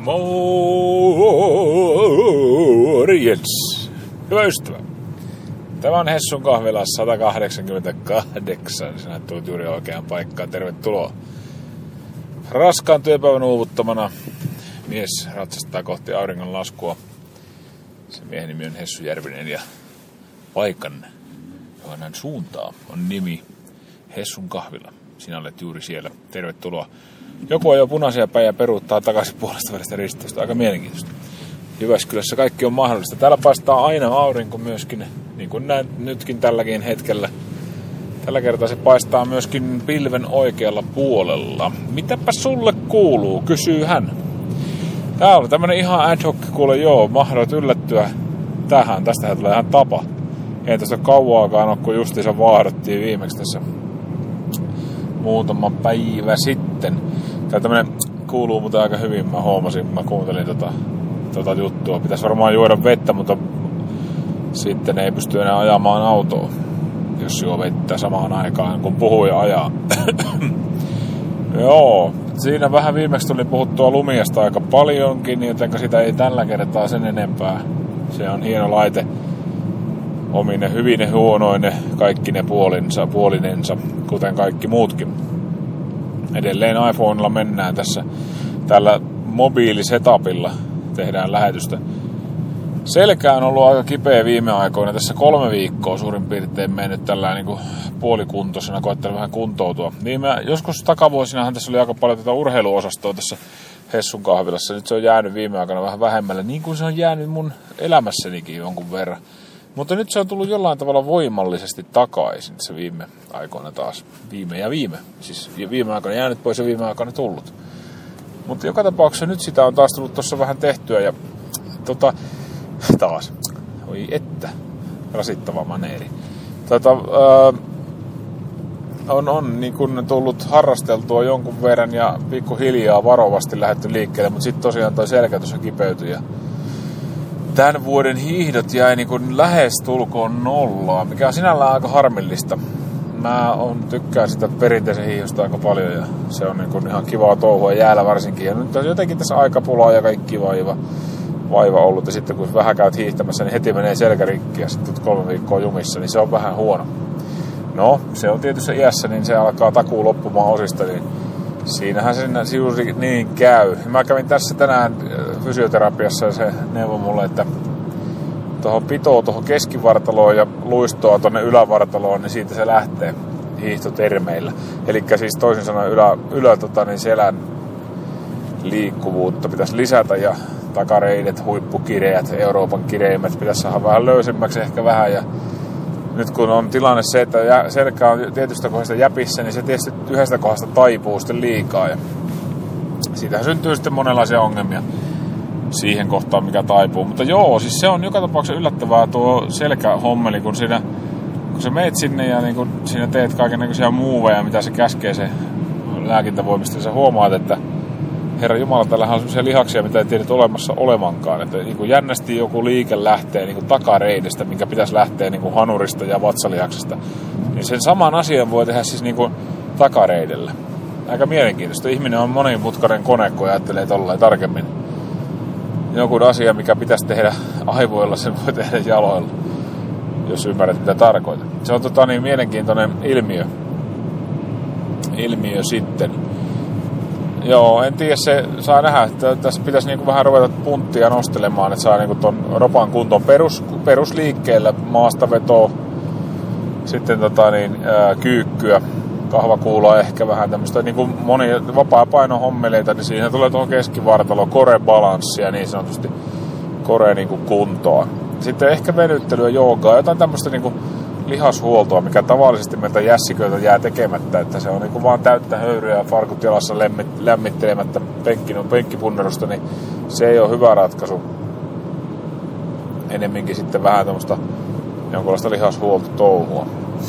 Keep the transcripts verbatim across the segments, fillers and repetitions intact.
Morjens, hyvä ystävä. Tämä on Hessun kahvila sata kahdeksankymmentäkahdeksan. Sinä tulet juuri oikeaan paikkaan. Tervetuloa. Raskaan työpäivän uuvuttamana mies ratsastaa kohti auringon laskua. Se miehen nimi on Hessu Järvinen ja paikan, johon hän suuntaa, on nimi Hessun kahvila. Sinä olet juuri siellä. Tervetuloa. Joku ajoi punaisia päin ja peruuttaa takaisin puolesta välistä risteystä. Aika mielenkiintoista. Jyväskylässä kaikki on mahdollista. Täällä paistaa aina aurinko myöskin, niin kuin näet nytkin tälläkin hetkellä. Tällä kertaa se paistaa myöskin pilven oikealla puolella. Mitäpä sulle kuuluu, kysyy hän. Tää on tämmönen ihan ad hoc, kuule joo, mahdot yllättyä tähän. Tästähän tulee ihan tapa. Ei tästä kauaakaan ole, kun justiinsa vaahdottiin viimeksi tässä muutama päivä sitten. Tää tämmönen kuuluu mutta aika hyvin, mä huomasin, mä kuuntelin tota, tota juttua. Pitäis varmaan juoda vettä, mutta sitten ei pysty enää ajamaan autoa, jos juo vettä samaan aikaan, kun puhuu ja ajaa. Joo, siinä vähän viimeksi tuli puhuttua lumiasta aika paljonkin, joten sitä ei tällä kertaa sen enempää. Se on hieno laite. Omine hyvine huonoine, kaikki ne puolinsa, puolinensa, kuten kaikki muutkin. Edelleen iPhonella mennään tässä. Tällä mobiilisetapilla tehdään lähetystä. Selkä on ollut aika kipeä viime aikoina. Tässä kolme viikkoa suurin piirtein mennyt tällä niin kuin puolikuntoisena, koettanut vähän kuntoutua. Viime, joskus takavuosinahan tässä oli aika paljon tätä urheiluosastoa tässä Hessun kahvilassa. Nyt se on jäänyt viime aikoina vähän vähemmälle, niin kuin se on jäänyt mun elämässänikin jonkun verran. Mutta nyt se on tullut jollain tavalla voimallisesti takaisin se viime aikoina taas. Viime ja viime. Siis viime aikoina jäänyt pois ja viime aikoina tullut. Mutta joka tapauksessa nyt sitä on taas tullut tuossa vähän tehtyä ja tota, taas. Oi että, rasittava maneeri. Tota, ää, on, on niin kun tullut harrasteltua jonkun verran ja pikkuhiljaa varovasti lähdetty liikkeelle, mutta sitten tosiaan toi selkä tuossa kipeytyi ja tämän vuoden hiihdot jäi niin kuin lähes tulkoon nollaa, mikä on sinällään aika harmillista. Mä on, tykkään sitä perinteisen hiihdosta aika paljon ja se on niin kuin ihan kivaa touhua jäällä varsinkin. Ja nyt on jotenkin tässä aikapulaa ja kaikki vaiva, vaiva ollut. Ja sitten kun vähän käyt hiihtämässä, niin heti menee selkärikki ja sitten kolme viikkoa jumissa, niin se on vähän huono. No, se on tietysti iässä, niin se alkaa takuu loppumaan osista, niin siinähän se juuri niin käy. Mä kävin tässä tänään fysioterapiassa ja se neuvoi mulle, että tuohon pitoon, tuohon keskivartaloon ja luistoa tuonne ylävartaloon, niin siitä se lähtee hiihtotermeillä. Elikkä siis toisin sanoen ylä, ylä tota, niin selän liikkuvuutta pitäisi lisätä ja takareidet, huippukireät, Euroopan kireimmät pitäisi saada vähän löysemmäksi ehkä vähän. Ja nyt kun on tilanne se, että selkä on tietystä kohdasta jäpissä, niin se tietysti yhdestä kohdasta taipuu sitten liikaa. Ja siitähän syntyy sitten monenlaisia ongelmia siihen kohtaan, mikä taipuu. Mutta joo, siis se on joka tapauksessa yllättävää tuo selkähommeli, kun, siinä, kun sä meet sinne ja niin kun siinä teet kaikennäköisiä muuveja, mitä se käskee se lääkintävoimista, niin sä huomaat, että Herra Jumala, tällähän on sellaisia lihaksia, mitä ei tiedä olemassa olevankaan. Että niin kuin jännästi joku liike lähtee niin kuin takareidestä, minkä pitäisi lähteä niin kuin hanurista ja vatsalihaksesta. Niin sen saman asian voi tehdä siis niin kuin takareidellä. Aika mielenkiintoista. Ihminen on monimutkainen kone, kun ajattelee tolleen tarkemmin. Joku asia, mikä pitäisi tehdä aivoilla, sen voi tehdä jaloilla, jos ymmärrät mitä tarkoitan. Se on tota, niin mielenkiintoinen ilmiö. Ilmiö sitten. Joo, en tiedä, se saa nähdä, että tässä pitäisi niinku vähän ruveta punttia nostelemaan, että saa niinku ton ropan kuntoon perus, perusliikkeellä maastavetoa, sitten tota niin, ää, kyykkyä, kahvakuulaa ehkä vähän tämmöistä niinku moni vapaa-painohommeleita, niin siihen tulee tuohon keskivartalo, core-balanssia niin sanotusti, core niinku kuntoa. Sitten ehkä venyttelyä, joogaa, jotain tämmöistä niinku lihashuoltoa, mikä tavallisesti meiltä jässiköiltä jää tekemättä, että se on niinku vaan täyttä höyryä ja farkut jalassa lämmittelemättä penkkin on penkkipunnerusta, niin se ei ole hyvä ratkaisu. Enemminkin sitten vähän tämmöistä jonkinlaista lihashuoltotouhua.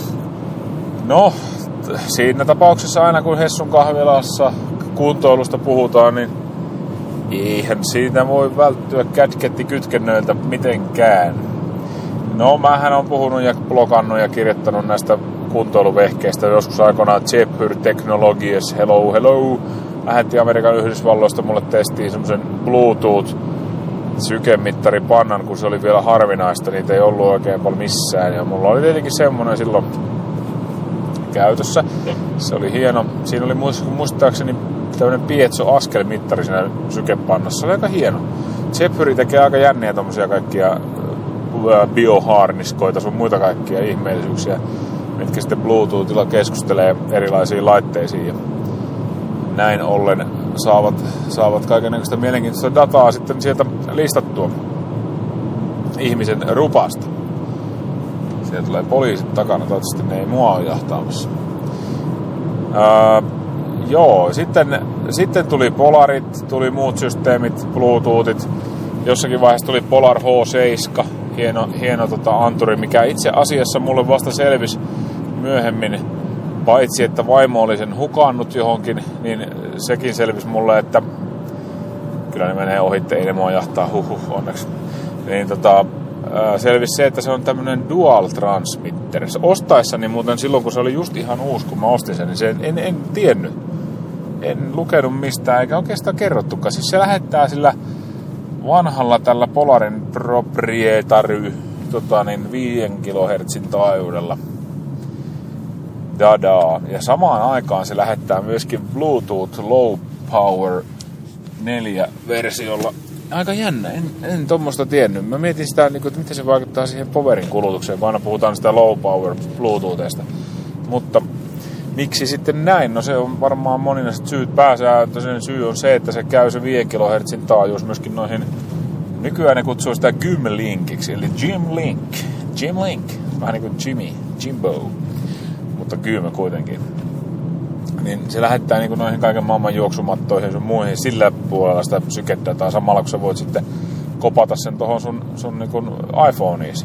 No, siinä tapauksessa aina kun Hessun kahvilassa kuntoilusta puhutaan, niin eihän siitä voi välttyä kätkettikytkennöiltä mitenkään. No, mähän on puhunut ja blogannut ja kirjoittanut näistä kuntoiluvehkeistä joskus aikoinaan Zephyr Technologies, hello, hello, lähetti Amerikan Yhdysvalloista mulle testiin semmosen Bluetooth sykemittaripannan, kun se oli vielä harvinaista, niitä ei ollut oikein paljon missään. Ja mulla oli tietenkin semmonen silloin käytössä. Se oli hieno. Siinä oli muistaakseni tämmönen piezo-askelmittari siinä sykepannassa. Se oli aika hieno. Zephyr tekee aika jänniä tommosia kaikkia biohaarniskoita, sun muita kaikkia ihmeellisyyksiä, mitkä sitten Bluetoothilla keskustelee erilaisiin laitteisiin. Ja näin ollen saavat, saavat kaikennäköistä mielenkiintoista dataa sitten sieltä listattua ihmisen rupasta. Sieltä tulee poliisit takana, toivottavasti ne ei mua ole jahtaamassa. Öö, joo, sitten, sitten tuli Polarit, tuli muut systeemit, Bluetoothit. Jossakin vaiheessa tuli Polar H seitsemän, hieno, hieno tota anturi, mikä itse asiassa mulle vasta selvisi myöhemmin. Paitsi, että vaimo oli sen hukannut johonkin, niin sekin selvisi mulle, että kyllä ne menee ohitte, ei ne mua jahtaa, huhuh, onneksi. Niin tota, selvisi se, että se on tämmönen dual transmitter. Ostaessani muuten silloin, kun se oli just ihan uusi, kun mä ostin sen, niin se en, en tiennyt. En lukenut mistään, eikä oikeastaan kerrottukaan. Siis se lähettää sillä vanhalla tällä Polarin proprietary tota niin, viiden kilohertsin taajuudella dadaa. Ja samaan aikaan se lähettää myöskin Bluetooth Low Power neljä versiolla. Aika jännä, en, en tommoista tiennyt. Mä mietin sitä, että miten se vaikuttaa siihen powerin kulutukseen, kun aina puhutaan sitä low power Bluetoothista. Mutta miksi sitten näin? No se on varmaan moninaiset syyt. Pääsääntöisen syy on se, että se käy se viiden kilohertsin taajuus myöskin noihin. Nykyään ne kutsuu sitä Gym-linkiksi, eli Gym-link. Gym-link. Vähän niin kuin Jimmy, Jimbo. Mutta kyymä kuitenkin. Niin se lähettää niin kuin noihin kaiken maailman juoksumattoihin ja sun muihin sillä puolella sitä sykedataa samalla, kun sä voit sitten kopata sen tohon sun, sun niin kuin iPhoneisi.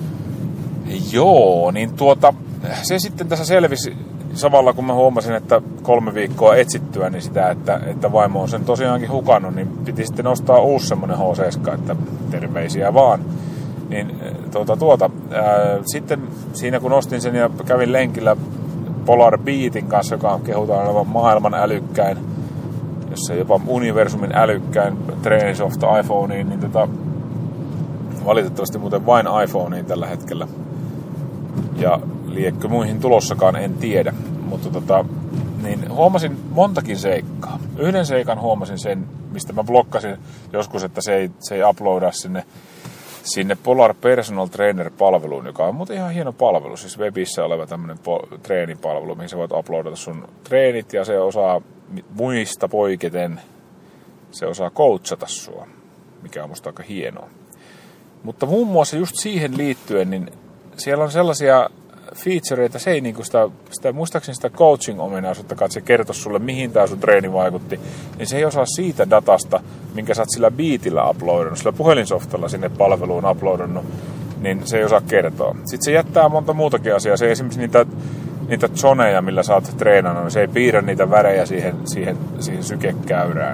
Joo, niin tuota, se sitten tässä selvisi samalla, kun mä huomasin, että kolme viikkoa etsittyä, niin sitä, että, että vaimo on sen tosiaankin hukannut, niin piti sitten ostaa uusi semmonen H seitsemän, että terveisiä vaan. Niin tuota, tuota, ää, sitten siinä kun ostin sen ja kävin lenkillä Polar Beatin kanssa, joka kehutaan olevan maailman älykkäin, jossa jopa universumin älykkäin treenisofta iPhoneiin, niin tota, valitettavasti muuten vain iPhoneiin tällä hetkellä. Ja liekkö muihin tulossakaan, en tiedä. Mutta tota, niin huomasin montakin seikkaa. Yhden seikan huomasin sen, mistä mä blokkasin joskus, että se ei, se ei uploada sinne, sinne Polar Personal Trainer-palveluun, joka on muuten ihan hieno palvelu. Siis webissä oleva tämmönen po- treenipalvelu, mihin sä voit uploadata sun treenit, ja se osaa muista poiketen, se osaa coachata sua, mikä on musta aika hienoa. Mutta muun muassa just siihen liittyen, niin siellä on sellaisia featureita, se ei niinku sitä, sitä muistaakseni sitä coaching-ominaisuutta, että se kertoisi sulle, mihin tää sun treeni vaikutti, niin se ei osaa siitä datasta, minkä sä oot sillä Beatillä uploadannut, sillä puhelinsoftalla sinne palveluun uploadannut, niin se ei osaa kertoa. Sitten se jättää monta muutakin asiaa, se ei esimerkiksi niitä, niitä zoneja, millä sä oot treenannut, niin se ei piirrä niitä värejä siihen, siihen, siihen sykekäyrään,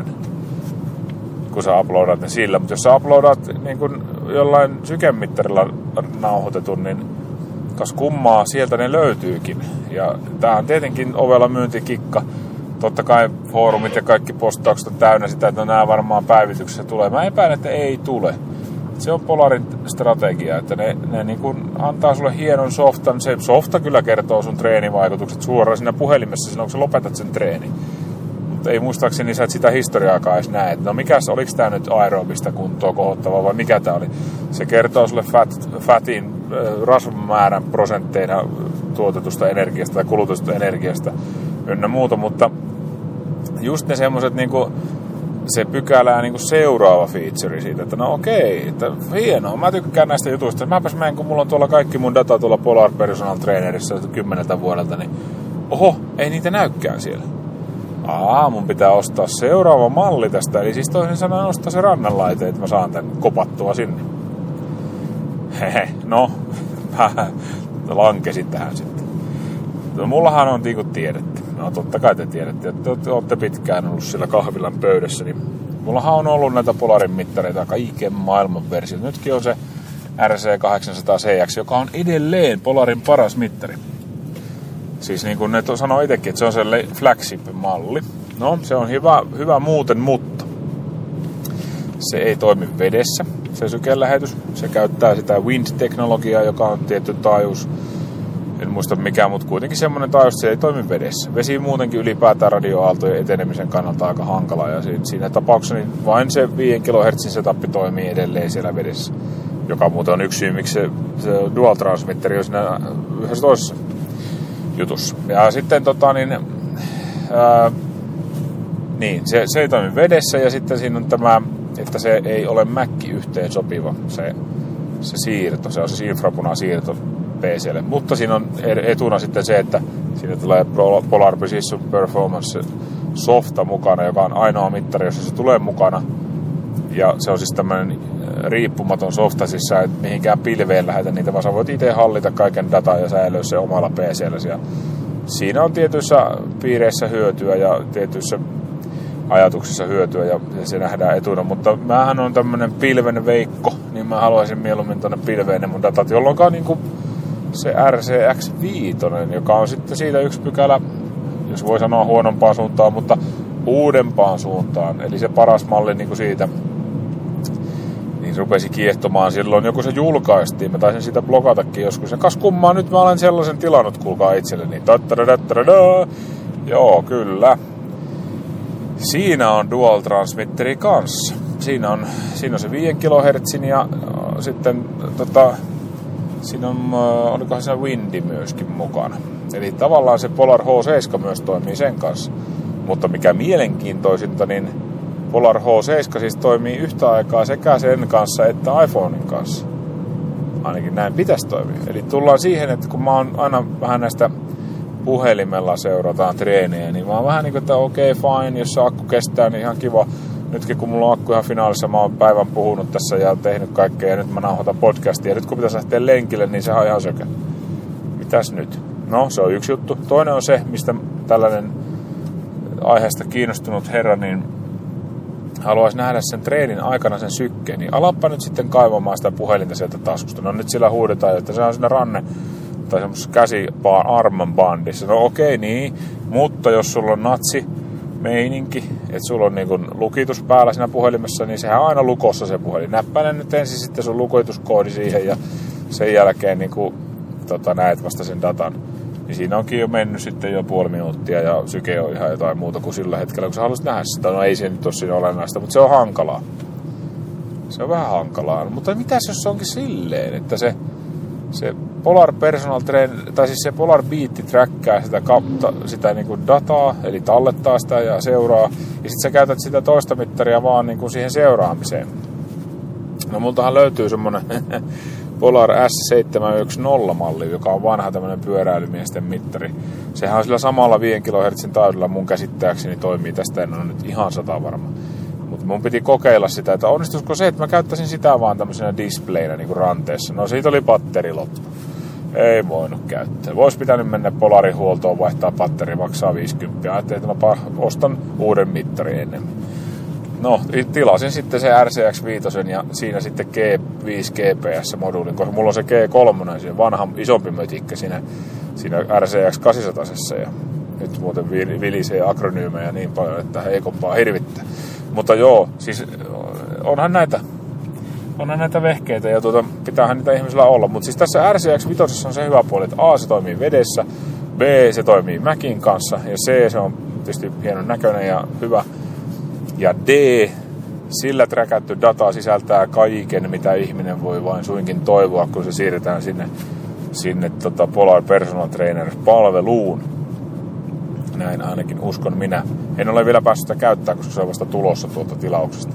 kun sä uploadat ne sillä. Mutta jos sä uploadat niin kun jollain sykemittarilla nauhoitetun, niin kas kummaa, sieltä ne löytyykin. Ja tää on tietenkin ovella myyntikikka. Totta kai foorumit ja kaikki postaukset on täynnä sitä, että no nää varmaan päivityksessä tulee. Mä epäilen, että ei tule. Se on Polarin strategia, että ne, ne niin kun antaa sulle hienon softan. Se softa kyllä kertoo sun treenivaikutukset suoraan siinä puhelimessa silloin, kun sä lopetat sen treenin. Mutta ei muistaakseni sä et sitä historiaakaan edes näe. No mikäs, oliks tää nyt aerobista kuntoa kohottavaa vai mikä tää oli? Se kertoo sulle fat, fatin rasvamäärän prosentteina tuotetusta energiasta tai kulutusta energiasta ynnä muuta, mutta just ne semmoset niinku se pykälää niinku seuraava feature siitä, että no okei, että hienoa, mä tykkään näistä jutuista. Mäpäs menen, kun mulla on tuolla kaikki mun data tuolla Polar Personal Trainerissa kymmeneltä vuodelta, niin oho, ei niitä näykään siellä. Aa, mun pitää ostaa seuraava malli tästä, eli siis toisin sanoen ostaa se rannanlaite, että mä saan tän kopattua sinne. Hehe, no, lankesin tähän sitten. No, mullahan on niinku tiedetty. No totta kai te tiedätte, että te olette pitkään ollut siellä kahvilan pöydässä, niin mullahan on ollut näitä Polarin mittareita kaiken maailman versio. Nytkin on se R C kahdeksansataa C X, joka on edelleen Polarin paras mittari. Siis niin kuin ne sanoo itsekin, että se on se flagship-malli. No, se on hyvä, hyvä muuten, mutta se ei toimi vedessä, se sykelähetys. Se käyttää sitä Wind-teknologiaa, joka on tietty taajuus. En muista mikä, mutta kuitenkin semmoinen taajuus, että se ei toimi vedessä. Vesi muutenkin ylipäätään radioaaltojen etenemisen kannalta aika hankala. Ja siinä tapauksessa niin vain se viiden kilohertsin setappi toimii edelleen siellä vedessä. Joka muuten on yksi syy, miksi se, se dual transmitteri on siinä yhdessä toisessa jutussa. Ja sitten tota niin... Ää, niin, se, se ei toimi vedessä ja sitten siinä on tämä, että se ei ole Mac yhteen sopiva se, se siirto. Se on se infrapunasiirto P C:lle. Mutta siinä on etuna sitten se, että siinä tulee Polar Precision Performance softa mukana, joka on ainoa mittari, jossa se tulee mukana. Ja se on siis tämmöinen riippumaton softa, siis sä et mihinkään pilveen lähetä niitä, vaan sä voit itse hallita kaiken dataa ja säilyä se omalla P C:lläsi. Siinä on tietyissä piireissä hyötyä ja tietyissä ajatuksissa hyötyä ja se nähdään etuna, mutta mähän on tämmönen pilven veikko, niin mä haluaisin mieluummin tonne pilveen ne mun datat, jolloin on niinku se R C X viisi, joka on sitten siitä yksi pykälä, jos voi sanoa huonompaan suuntaan, mutta uudempaan suuntaan, eli se paras malli niinku siitä, niin rupesi kiehtomaan silloin, joku se julkaistiin, mä taisin sitä blogatakin joskus, ja kas kummaa, nyt mä olen sellaisen tilannut, kuulkaa itselleni, joo, kyllä. Siinä on dual transmitteri kanssa. Siinä on, siinä on se viiden kilohertsin ja äh, sitten tota, siinä on, äh, olikohan siinä Windi myöskin mukana. Eli tavallaan se Polar H seitsemän myös toimii sen kanssa. Mutta mikä mielenkiintoisinta, niin Polar H seitsemän siis toimii yhtä aikaa sekä sen kanssa että iPhonein kanssa. Ainakin näin pitäisi toimia. Eli tullaan siihen, että kun mä oon aina vähän näistä puhelimella seurataan treenejä, niin mä oon vähän niin kuin, että okei, okay, fine, jos se akku kestää, niin ihan kiva. Nytkin kun mulla on akku ihan finaalissa, mä oon päivän puhunut tässä ja tehnyt kaikkea, ja nyt mä nauhoitan podcastia, ja nyt kun pitäisi lähteä lenkille, niin sehän on ihan sökä. Mitäs nyt? No, se on yksi juttu. Toinen on se, mistä tällainen aiheesta kiinnostunut herra, niin haluaisi nähdä sen treenin aikana sen sykkeen, niin alappa nyt sitten kaivamaan sitä puhelinta sieltä taskusta. No nyt sillä huudetaan, että se on siinä ranne tai semmoisessa käsi-armbandissa. No okei, okay, niin, mutta jos sulla on natsi meininki, että sulla on niin kun lukitus päällä siinä puhelimessa, niin sehän on aina lukossa se puhelin. Näppäile nyt ensin sitten sun lukituskoodi siihen ja sen jälkeen niin kun, tota, näet vasta sen datan. Niin siinä onkin jo mennyt sitten jo puoli minuuttia ja syke on ihan jotain muuta kuin sillä hetkellä, kun sä haluaisit nähdä sitä. No ei se nyt ole siinä olennaista, mutta se on hankalaa. Se on vähän hankalaa. Mutta mitäs jos se onkin silleen, että se, se Polar Personal Trainer, tai siis se Polar Beat trackkaa sitä, kapta, sitä niin kuin dataa, eli tallettaa sitä ja seuraa. Ja sitten sä käytät sitä toista mittaria vaan niin kuin siihen seuraamiseen. No multahan löytyy semmonen Polar S seitsemän yksi nolla malli, joka on vanha tämmönen pyöräilymiesten mittari. Sehän on sillä samalla viiden kilohertsin taajuudella mun käsittääkseni toimii. Tästä en ole nyt ihan sata varma. Mutta mun piti kokeilla sitä, että onnistuisiko se, että mä käyttäisin sitä vaan tämmöisenä displayna niin kuin ranteessa. No siitä oli batteri loppu. Ei voinut käyttää. Vois pitänyt mennä Polarin huoltoon, vaihtaa batteri, maksaa viisikymmentä. Ajattelin, että mä ostan uuden mittarin enemmän. No, tilasin sitten se R C X viisi ja siinä sitten G viisi G P S-moduulin, koska mulla on se G kolme, se vanha isompi mötikkä siinä, siinä R C X kahdeksansataa. Ja nyt muuten vilisee akronyymejä niin paljon, että heikompaa hirvittää. Mutta joo, siis onhan näitä, onhan näitä vehkeitä ja tuota, pitäähän niitä ihmisillä olla. Mutta siis tässä R C X viisi on se hyvä puoli, että A, se toimii vedessä, B, se toimii Macin kanssa ja C, se on tietysti hienon näköinen ja hyvä. Ja D, sillä träkätty data sisältää kaiken, mitä ihminen voi vain suinkin toivoa, kun se siirretään sinne, sinne tota Polar Personal Trainer-palveluun. Näin ainakin uskon minä. En ole vielä päässyt sitä käyttää, koska se on vasta tulossa tuolta tilauksesta.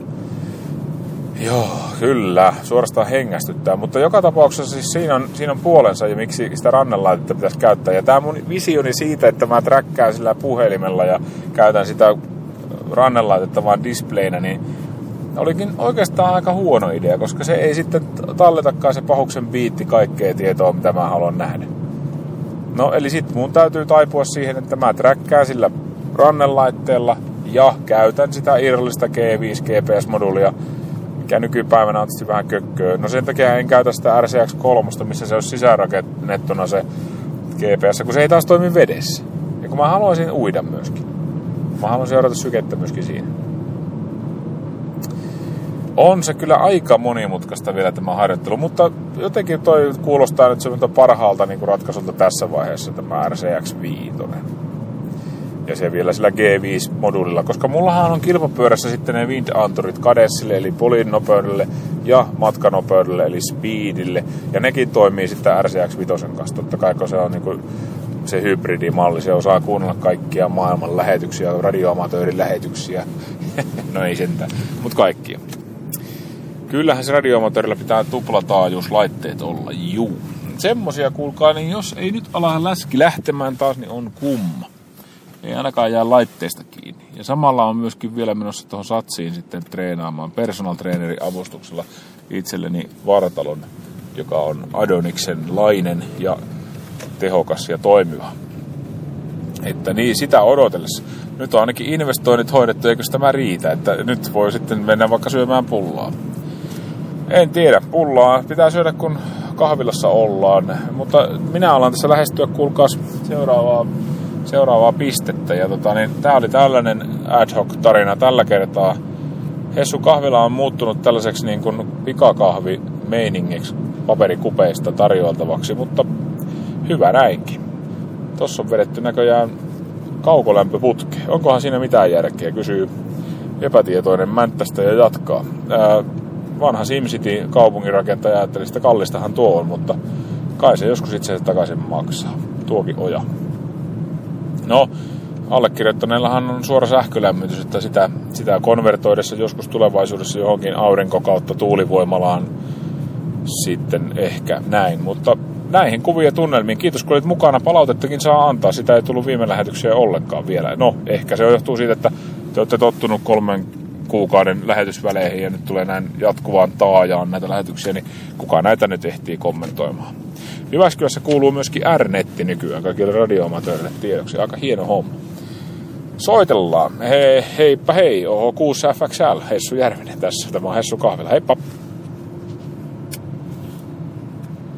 Joo, kyllä. Suorastaan hengästyttää. Mutta joka tapauksessa siis siinä on, siinä on puolensa ja miksi sitä rannenlaitetta pitäisi käyttää. Ja tämä mun visioni siitä, että mä träkkään sillä puhelimella ja käytän sitä rannenlaitetta vaan displayna, niin olikin oikeastaan aika huono idea, koska se ei sitten talletakaan se pahuksen biitti kaikkea tietoa, mitä mä haluan nähdä. No eli sit mun täytyy taipua siihen, että mä träkkään sillä rannenlaitteella ja käytän sitä irrallista G viisi G P S-moduulia, mikä nykypäivänä on tietysti vähän kökköä. No sen takia en käytä sitä R C X kolme, missä se olisi sisäänrakennettuna se G P S, kun se ei taas toimi vedessä. Ja kun mä haluaisin uida myöskin. mä haluan seurata sykettä myöskin siinä. On se kyllä aika monimutkaista vielä tämä harjoittelu, mutta jotenkin toi kuulostaa nyt semmoista parhaalta niin kuin ratkaisulta tässä vaiheessa tämä R C X viisi. Ja se vielä sillä G viisi-moduulilla, koska mullahan on kilpapyörässä sitten ne wind-anturit kadessille, eli polinopeudelle ja matkanopeudelle, eli speedille. Ja nekin toimii sitten R C X viisi kanssa, totta kai kun se on niin kuin se hybridimalli, se osaa kuunnella kaikkia maailman lähetyksiä, radioamatöörin lähetyksiä. No ei sentään, mutta kaikkia. Kyllähän se radioamatöörillä pitää tuplataajuuslaitteet olla, juu. Semmosia kuulkaa, niin jos ei nyt ala läski lähtemään taas, niin on kumma. Ei ainakaan jää laitteesta kiinni. Ja samalla on myöskin vielä menossa tuohon satsiin sitten treenaamaan personal trainerin avustuksella itselleni vartalon, joka on Adoniksen lainen ja tehokas ja toimiva. Että niin, sitä odotellessa. Nyt on ainakin investoinnit hoidettu, eikö tämä riitä, että nyt voi sitten mennä vaikka syömään pullaa. En tiedä, pullaa pitää syödä kun kahvilassa ollaan, mutta minä alan tässä lähestyä, kuulkaas, seuraavaa, seuraavaa pistettä. Ja tota, niin, tää oli tällainen ad hoc tarina tällä kertaa. Hessu kahvila on muuttunut tällaiseksi niin kuin pikakahvi-meiningiksi paperikupeista tarjoiltavaksi, mutta hyvä näinkin. Tossa on vedetty näköjään kaukolämpöputki. Onkohan siinä mitään järkeä, kysyy epätietoinen Mänttästä ja jatkaa. Ää, vanha SimCity kaupunginrakentaja ajatteli, sitä kallistahan tuo on, mutta kai se joskus itse asiassa takaisin maksaa. Tuokin oja. No, allekirjoittaneellahan on suora sähkölämmitys, että sitä, sitä konvertoidessa joskus tulevaisuudessa johonkin aurinko kautta tuulivoimalaan sitten ehkä näin, mutta näihin kuviin ja tunnelmiin. Kiitos, kun olit mukana. Palautettakin saa antaa. Sitä ei tullut viime lähetyksiä ollenkaan vielä. No, ehkä se johtuu siitä, että te olette tottunut kolmen kuukauden lähetysväleihin ja nyt tulee näin jatkuvaan taajaan näitä lähetyksiä, niin kuka näitä nyt ehtii kommentoimaan. Jyväskylässä kuuluu myöskin R-netti nykyään kaikille radioamatöörille tiedoksi. Aika hieno homma. Soitellaan. He, heippa hei, O H kuusi F X L, Hessu Järvinen tässä. Tämä on Hessu Kahvila. Heippa!